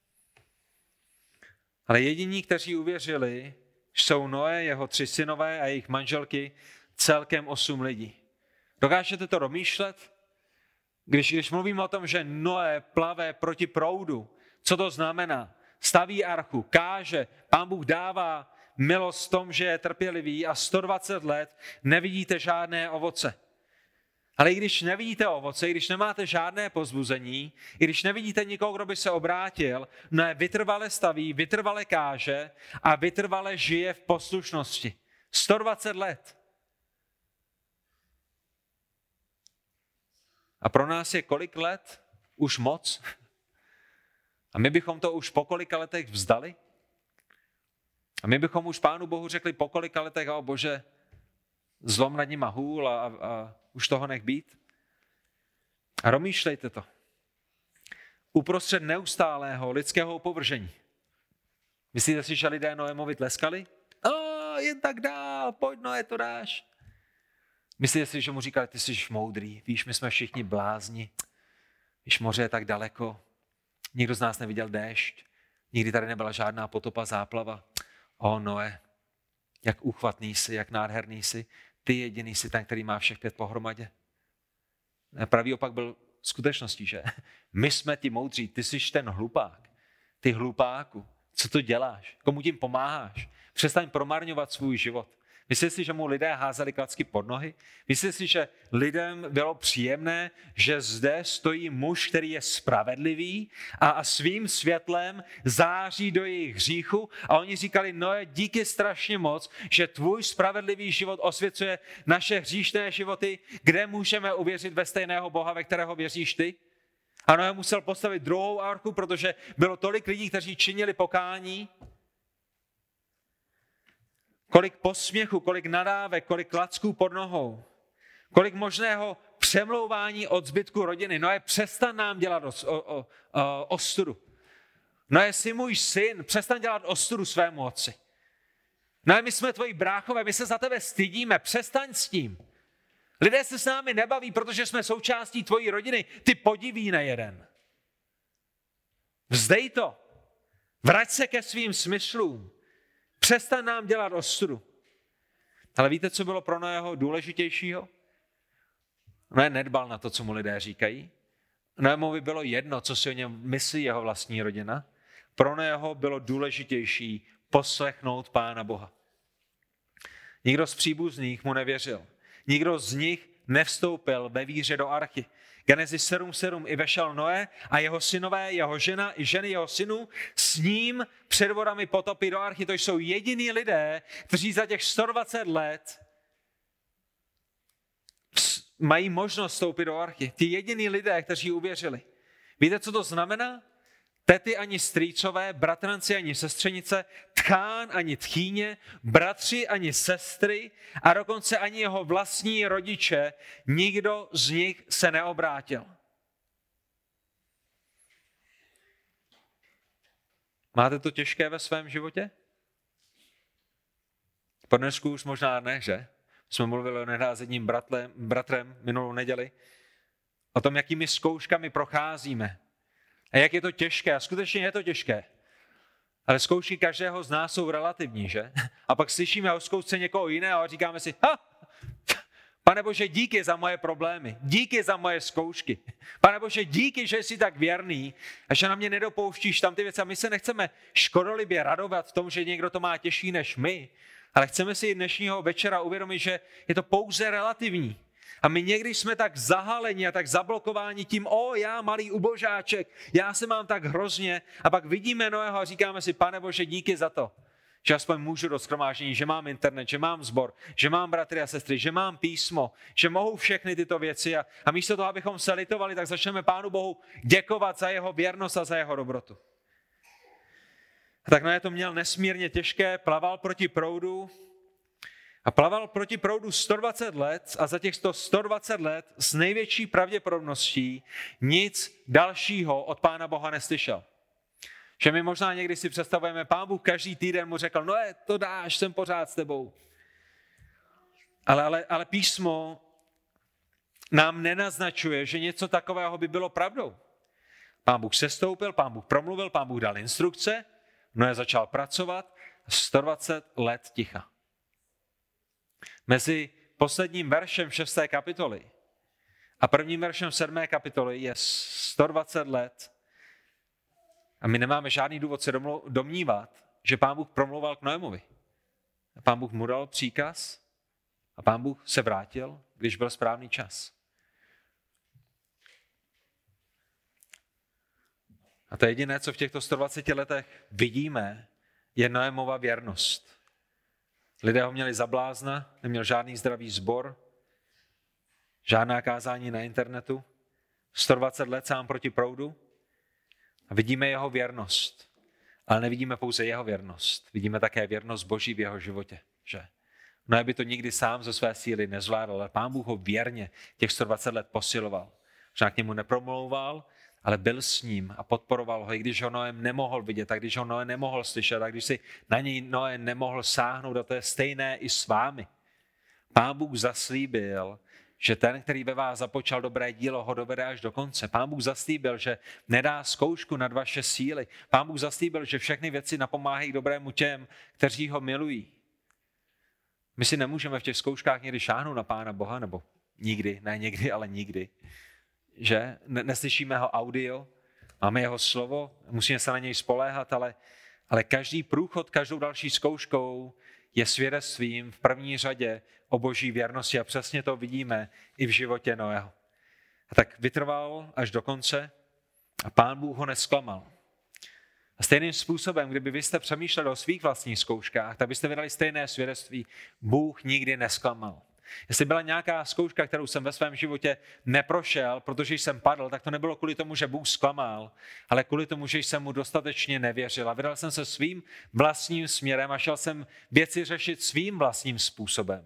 S1: Ale jediní, kteří uvěřili, jsou Noé, jeho 3 synové a jejich manželky, celkem 8 lidí. Dokážete to domýšlet? Když mluvíme o tom, že Noé plave proti proudu, co to znamená? Staví archu, káže, Pán Bůh dává milost v tom, že je trpělivý a 120 let nevidíte žádné ovoce. Ale i když nevidíte ovoce, i když nemáte žádné povzbuzení, i když nevidíte nikoho, kdo by se obrátil, Noé vytrvale staví, vytrvale káže a vytrvale žije v poslušnosti. 120 let. A pro nás je kolik let? Už moc? A my bychom to už po kolika letech vzdali? A my bychom už Pánu Bohu řekli po kolika letech, o Bože, zlom nad nima hůl a už toho nech být? A rozmýšlejte to. Uprostřed neustálého lidského opovržení. Myslíte si, že lidé Noémovi tleskali? Jen tak dál, pojď Noé, to dáš. Myslíte si, že mu říkali, ty jsi moudrý, víš, my jsme všichni blázni, víš, moře je tak daleko, nikdo z nás neviděl déšť, nikdy tady nebyla žádná potopa, záplava. Noé, jak úchvatný jsi, jak nádherný jsi, ty jediný jsi ten, který má všech 5 pohromadě. Pravý opak byl skutečností, že? My jsme ti moudří, ty jsi ten hlupák. Ty hlupáku, co to děláš? Komu tím pomáháš? Přestaň promarňovat svůj život. Myslíte si, že mu lidé házeli klacky pod nohy? Myslíte si, že lidem bylo příjemné, že zde stojí muž, který je spravedlivý a svým světlem září do jejich hříchu? A oni říkali, Noé, díky strašně moc, že tvůj spravedlivý život osvěcuje naše hříšné životy, kde můžeme uvěřit ve stejného Boha, ve kterého věříš ty? A Noé musel postavit druhou archu, protože bylo tolik lidí, kteří činili pokání. Kolik posměchu, kolik nadávek, kolik klacků pod nohou, kolik možného přemlouvání od zbytku rodiny. Noé, přestaň nám dělat ostudu. Noé, jsi můj syn, přestaň dělat ostudu svému otci. Noé, my jsme tvoji bráchové, my se za tebe stydíme, přestaň s tím. Lidé se s námi nebaví, protože jsme součástí tvojí rodiny. Ty podiví nejeden. Vzdej to. Vrať se ke svým smyslům. Přestaň nám dělat ostudu. Ale víte, co bylo pro Noého důležitějšího? Noé nedbal na to, co mu lidé říkají. Noémovi bylo jedno, co si o něm myslí jeho vlastní rodina. Pro Noého bylo důležitější poslechnout Pána Boha. Nikdo z příbuzných mu nevěřil. Nikdo z nich nevstoupil ve víře do archy. Genesis 7:7 i vešel Noé a jeho synové, jeho žena i ženy jeho synů s ním před vodami potopy do archy. To jsou jediní lidé, kteří za těch 120 let mají možnost vstoupit do archy. Ti jediní lidé, kteří uvěřili. Víte, co to znamená? Tety ani strýcové, bratranci ani sestřenice, tchán ani tchýně, bratři ani sestry a dokonce ani jeho vlastní rodiče, nikdo z nich se neobrátil. Máte to těžké ve svém životě? Po dnesku už možná ne, že? Jsme mluvili o s jedním bratrem minulou neděli, o tom, jakými zkouškami procházíme. A jak je to těžké. A skutečně je to těžké. Ale zkoušky každého z nás jsou relativní, že? A pak slyšíme o zkoušce někoho jiného a říkáme si, Pane Bože, díky za moje problémy, díky za moje zkoušky. Pane Bože, díky, že jsi tak věrný a že na mě nedopouštíš tam ty věci. A my se nechceme škodolibě radovat v tom, že někdo to má těžší než my, ale chceme si dnešního večera uvědomit, že je to pouze relativní. A my někdy jsme tak zahaleni a tak zablokováni tím, já malý ubožáček, já se mám tak hrozně. A pak vidíme Noého a říkáme si, Pane Bože, díky za to, že aspoň můžu do shromáždění, že mám internet, že mám sbor, že mám bratry a sestry, že mám písmo, že mohu všechny tyto věci. A místo toho, abychom se litovali, tak začneme Pánu Bohu děkovat za jeho věrnost a za jeho dobrotu. A tak Noé to měl nesmírně těžké, plaval proti proudu, a plaval proti proudu 120 let a za těch 120 let s největší pravděpodobností nic dalšího od Pána Boha neslyšel. Že my možná někdy si představujeme, Pán Bůh každý týden mu řekl, to dáš, jsem pořád s tebou. Ale písmo nám nenaznačuje, že něco takového by bylo pravdou. Pán Bůh sestoupil, Pán Bůh promluvil, Pán Bůh dal instrukce, Noé začal pracovat, 120 let ticha. Mezi posledním veršem 6. kapitoly a prvním veršem 7. kapitoly je 120 let a my nemáme žádný důvod se domnívat, že Pán Bůh promluval k Noémovi. Pán Bůh mu dal příkaz a Pán Bůh se vrátil, když byl správný čas. A to jediné, co v těchto 120 letech vidíme, je Noémova věrnost. Lidé ho měli za blázna, neměl žádný zdravý sbor, žádná kázání na internetu, 120 let sám proti proudu a vidíme jeho věrnost. Ale nevidíme pouze jeho věrnost, vidíme také věrnost Boží v jeho životě. Že? Noé by to nikdy sám ze své síly nezvládl, ale Pán Bůh ho věrně těch 120 let posiloval. Možná k němu nepromlouval, ale byl s ním a podporoval ho, i když ho Noé nemohl vidět, a když ho Noé nemohl slyšet, a když si na něj Noé nemohl sáhnout, a to je stejné i s vámi. Pán Bůh zaslíbil, že ten, který ve vás započal dobré dílo, ho dovede až do konce. Pán Bůh zaslíbil, že nedá zkoušku nad vaše síly. Pán Bůh zaslíbil, že všechny věci napomáhají dobrému těm, kteří ho milují. My si nemůžeme v těch zkouškách někdy šáhnout na Pána Boha, nebo nikdy, ne někdy, ale nikdy. Že? Neslyšíme jeho audio, máme jeho slovo, musíme se na něj spoléhat, ale každý průchod, každou další zkouškou je svědectvím v první řadě o Boží věrnosti a přesně to vidíme i v životě Noého. A tak vytrval až do konce a Pán Bůh ho nesklamal. A stejným způsobem, kdyby vy jste přemýšleli o svých vlastních zkouškách, tak byste vydali stejné svědectví. Bůh nikdy nesklamal. Jestli byla nějaká zkouška, kterou jsem ve svém životě neprošel, protože jsem padl, tak to nebylo kvůli tomu, že Bůh zklamal, ale kvůli tomu, že jsem mu dostatečně nevěřil. A vydal jsem se svým vlastním směrem a šel jsem věci řešit svým vlastním způsobem.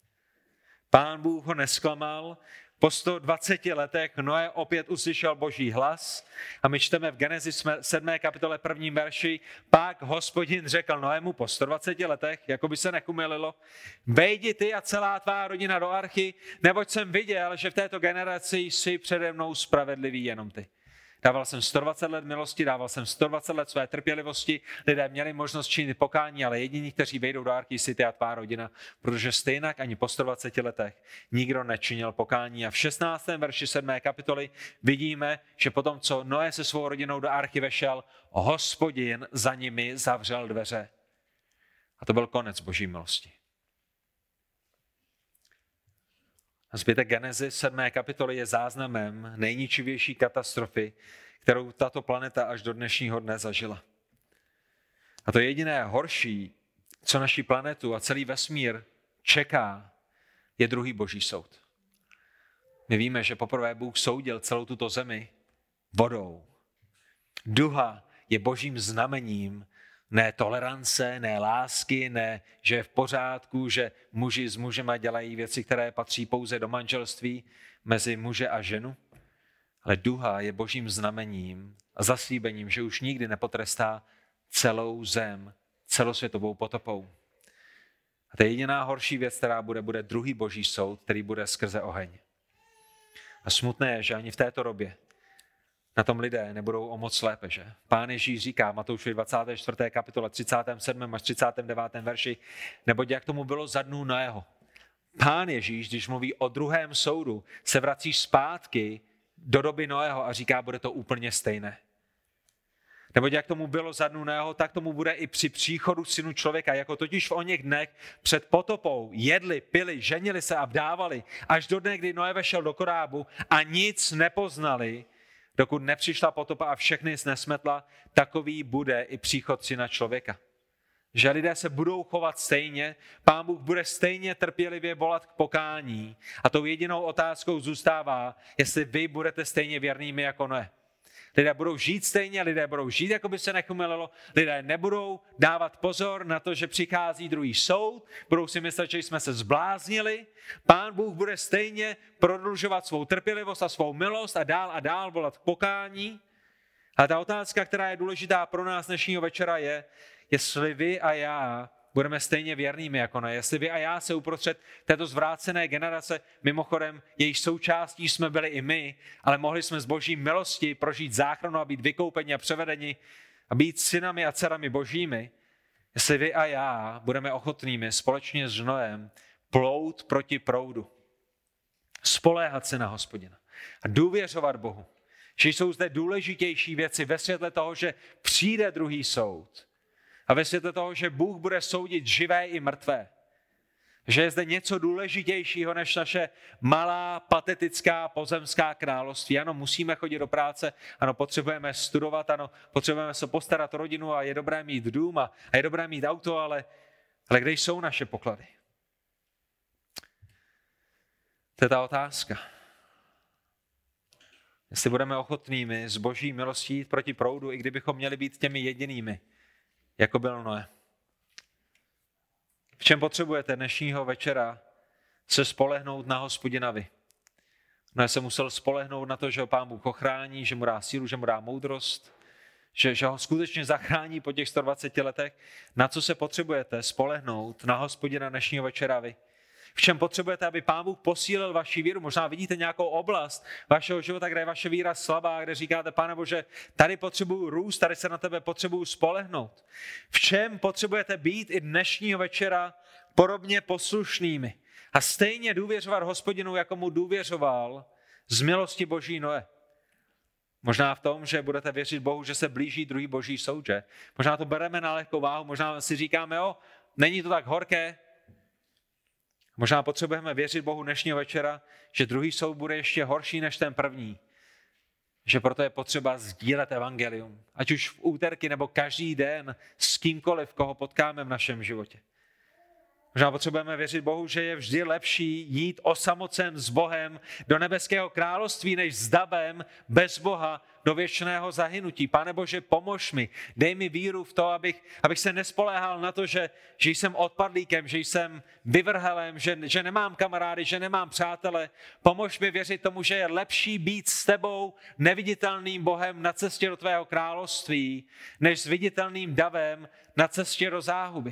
S1: Pán Bůh ho nesklamal. Po 120 letech Noé opět uslyšel Boží hlas a my čteme v Genesis 7. kapitole 1. verši, pak Hospodin řekl Noému po 120 letech, jako by se nekumililo, vejdi ty a celá tvá rodina do archy, neboť jsem viděl, že v této generaci jsi přede mnou spravedlivý jenom ty. Dával jsem 120 let milosti, dával jsem 120 let své trpělivosti, lidé měli možnost činit pokání, ale jediní, kteří vejdou do archy, jsi ty a tvá rodina, protože stejnak ani po 120 letech nikdo nečinil pokání. A v 16. verši 7. kapitoly vidíme, že potom, co Noé se svou rodinou do archy vešel, Hospodin za nimi zavřel dveře. A to byl konec Boží milosti. Zbytek Genesis 7. kapitoly je záznamem nejničivější katastrofy, kterou tato planeta až do dnešního dne zažila. A to jediné horší, co naši planetu a celý vesmír čeká, je druhý boží soud. My víme, že poprvé Bůh soudil celou tuto zemi vodou. Duha je božím znamením, ne tolerance, ne lásky, ne, že je v pořádku, že muži s mužema dělají věci, které patří pouze do manželství mezi muže a ženu. Ale duha je božím znamením a zaslíbením, že už nikdy nepotrestá celou zem celosvětovou potopou. A to je jediná horší věc, která bude druhý boží soud, který bude skrze oheň. A smutné je, že ani v této době na tom lidé nebudou o moc lépe, že? Pán Ježíš říká Matoušovi 24. kapitole 37. až 39. verši, neboť jak tomu bylo za dnů Noého. Pán Ježíš, když mluví o druhém soudu, se vrací zpátky do doby Noého a říká, bude to úplně stejné. Neboť jak tomu bylo za dnů Noého, tak tomu bude i při příchodu Synu člověka. Jako totiž v oněch dnech před potopou jedli, pili, ženili se a vdávali, až do dne, kdy Noé vešel do korábu a nic nepoznali, dokud nepřišla potopa a všechny snesmetla, takový bude i příchod Syna člověka. Že lidé se budou chovat stejně, Pán Bůh bude stejně trpělivě volat k pokání a tou jedinou otázkou zůstává, jestli vy budete stejně věrnými jako Noé. Lidé budou žít stejně, lidé budou žít, jako by se nechumelilo, lidé nebudou dávat pozor na to, že přichází druhý soud, budou si myslet, že jsme se zbláznili, Pán Bůh bude stejně prodlužovat svou trpělivost a svou milost a dál volat k pokání. A ta otázka, která je důležitá pro nás dnešního večera je, jestli vy a já budeme stejně věrnými jako ne. Jestli vy a já se uprostřed této zvrácené generace, mimochodem jejich součástí jsme byli i my, ale mohli jsme z boží milosti prožít záchranu a být vykoupeni a převedeni a být synami a dcerami božími, jestli vy a já budeme ochotnými společně s Noem plout proti proudu, spoléhat se na Hospodina a důvěřovat Bohu, že jsou zde důležitější věci ve světle toho, že přijde druhý soud, a ve světle toho, že Bůh bude soudit živé i mrtvé. Že je zde něco důležitějšího než naše malá, patetická pozemská království. Ano, musíme chodit do práce, ano, potřebujeme studovat, ano, potřebujeme se postarat o rodinu a je dobré mít dům a je dobré mít auto, ale kde jsou naše poklady? To je ta otázka. Jestli budeme ochotnými z boží milostí jít proti proudu, i kdybychom měli být těmi jedinými, jako byl Noé. V čem potřebujete dnešního večera se spolehnout na Hospodina vy? Noé se musel spolehnout na to, že ho Pán Bůh ochrání, že mu dá sílu, že mu dá moudrost, že ho skutečně zachrání po těch 120 letech. Na co se potřebujete spolehnout na Hospodina dnešního večera vy? V čem potřebujete, aby Pán Bůh posílil vaši víru? Možná vidíte nějakou oblast vašeho života, kde je vaše víra slabá, kde říkáte, Pane Bože, tady potřebuju růst, tady se na tebe potřebuju spolehnout. V čem potřebujete být i dnešního večera podobně poslušnými a stejně důvěřovat Hospodinu, jako mu důvěřoval z milosti Boží Noé? Možná v tom, že budete věřit Bohu, že se blíží druhý Boží soud, že? Možná to bereme na lehkou váhu, možná si říkáme, není to tak horké. Možná potřebujeme věřit Bohu dnešního večera, že druhý soud bude ještě horší než ten první. Že proto je potřeba sdílet evangelium. Ať už v úterky nebo každý den s kýmkoliv, koho potkáme v našem životě. Možná potřebujeme věřit Bohu, že je vždy lepší jít osamocen s Bohem do nebeského království, než s davem bez Boha do věčného zahynutí. Pane Bože, pomož mi, dej mi víru v to, abych se nespoléhal na to, že jsem odpadlíkem, že jsem vyvrhelem, že nemám kamarády, že nemám přátele. Pomož mi věřit tomu, že je lepší být s tebou neviditelným Bohem na cestě do tvého království, než s viditelným davem na cestě do záhuby.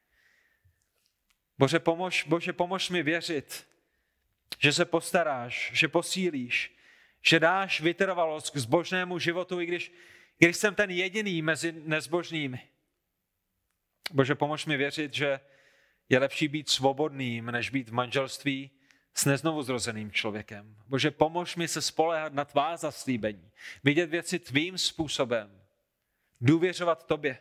S1: Bože, pomož mi věřit, že se postaráš, že posílíš, že dáš vytrvalost k zbožnému životu, i když jsem ten jediný mezi nezbožnými. Bože, pomož mi věřit, že je lepší být svobodným, než být v manželství s neznovuzrozeným člověkem. Bože, pomož mi se spoléhat na tvá zaslíbení, vidět věci tvým způsobem, důvěřovat tobě.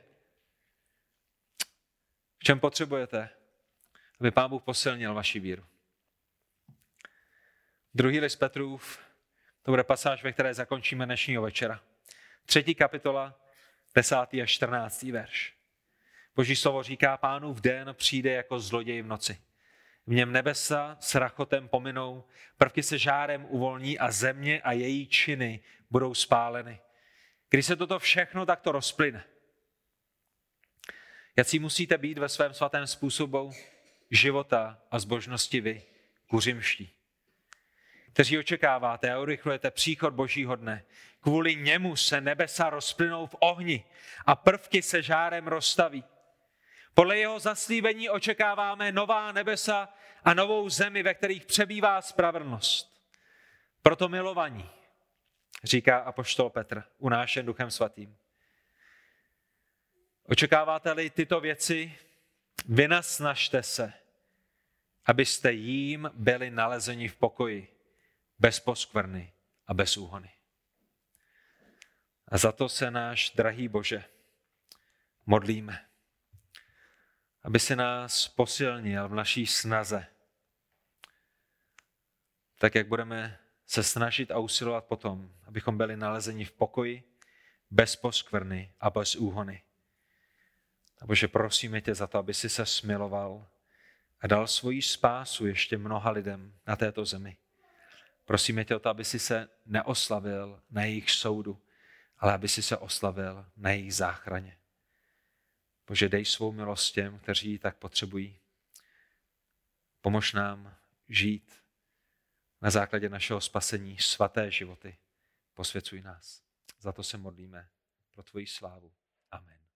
S1: V čem potřebujete, aby Pán Bůh posilnil vaši víru? Druhý list Petrův, to bude pasáž, ve které zakončíme dnešního večera. 3. kapitola, 10. a 14. verš. Boží slovo říká, Pánův den přijde jako zloděj v noci. V něm nebesa s rachotem pominou, prvky se žárem uvolní a země a její činy budou spáleny. Když se toto všechno takto rozplyne, jací musíte být ve svém svatém způsobu života a zbožnosti vy, kuřimští, kteří očekáváte a urychlujete příchod Božího dne. Kvůli němu se nebesa rozplynou v ohni a prvky se žárem roztaví. Podle jeho zaslíbení očekáváme nová nebesa a novou zemi, ve kterých přebývá spravedlnost. Proto milovaní, říká apoštol Petr, unášen Duchem Svatým. Očekáváte-li tyto věci, vynasnažte se, abyste jím byli nalezeni v pokoji, bez poskvrny a bez úhony. A za to se náš drahý Bože modlíme, aby si nás posilnil v naší snaze, tak jak budeme se snažit a usilovat potom, abychom byli nalezeni v pokoji, bez poskvrny a bez úhony. A Bože, prosíme tě za to, aby si se smiloval a dal svoji spásu ještě mnoha lidem na této zemi. Prosíme tě o to, aby si se neoslavil na jejich soudu, ale aby si se oslavil na jejich záchraně. Bože, dej svou milost těm, kteří ji tak potřebují. Pomož nám žít na základě našeho spasení svaté životy. Posvěcuj nás. Za to se modlíme pro tvoji slávu. Amen.